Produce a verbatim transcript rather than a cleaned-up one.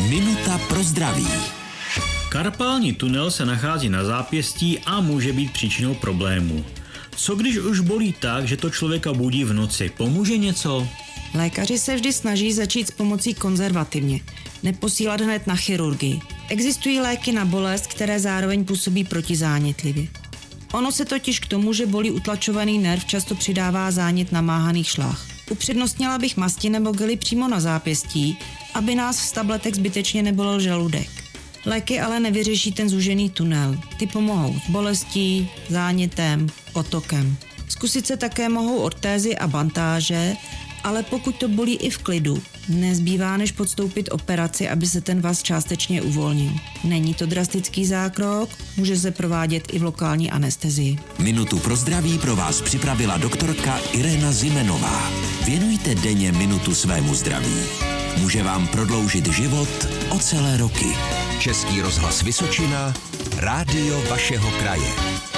Minuta pro zdraví. Karpální tunel se nachází na zápěstí a může být příčinou problému. Co když už bolí tak, že to člověka budí v noci? Pomůže něco? Lékaři se vždy snaží začít s pomocí konzervativně, neposílat hned na chirurgii. Existují léky na bolest, které zároveň působí protizánětlivě. Ono se totiž k tomu, že bolí utlačovaný nerv, často přidává zánět namáhaných šlách. Upřednostnila bych masti nebo gely přímo na zápěstí, aby nás z tabletek zbytečně nebolel žaludek. Léky ale nevyřeší ten zúžený tunel. Ty pomohou s bolestí, zánětem, otokem. Zkusit se také mohou ortézy a bandáže, ale pokud to bolí i v klidu, nezbývá než podstoupit operaci, aby se ten vaz částečně uvolnil. Není to drastický zákrok, může se provádět i v lokální anestezii. Minutu pro zdraví pro vás připravila doktorka Irena Zimenová. Věnujte denně minutu svému zdraví. Může vám prodloužit život o celé roky. Český rozhlas Vysočina, rádio vašeho kraje.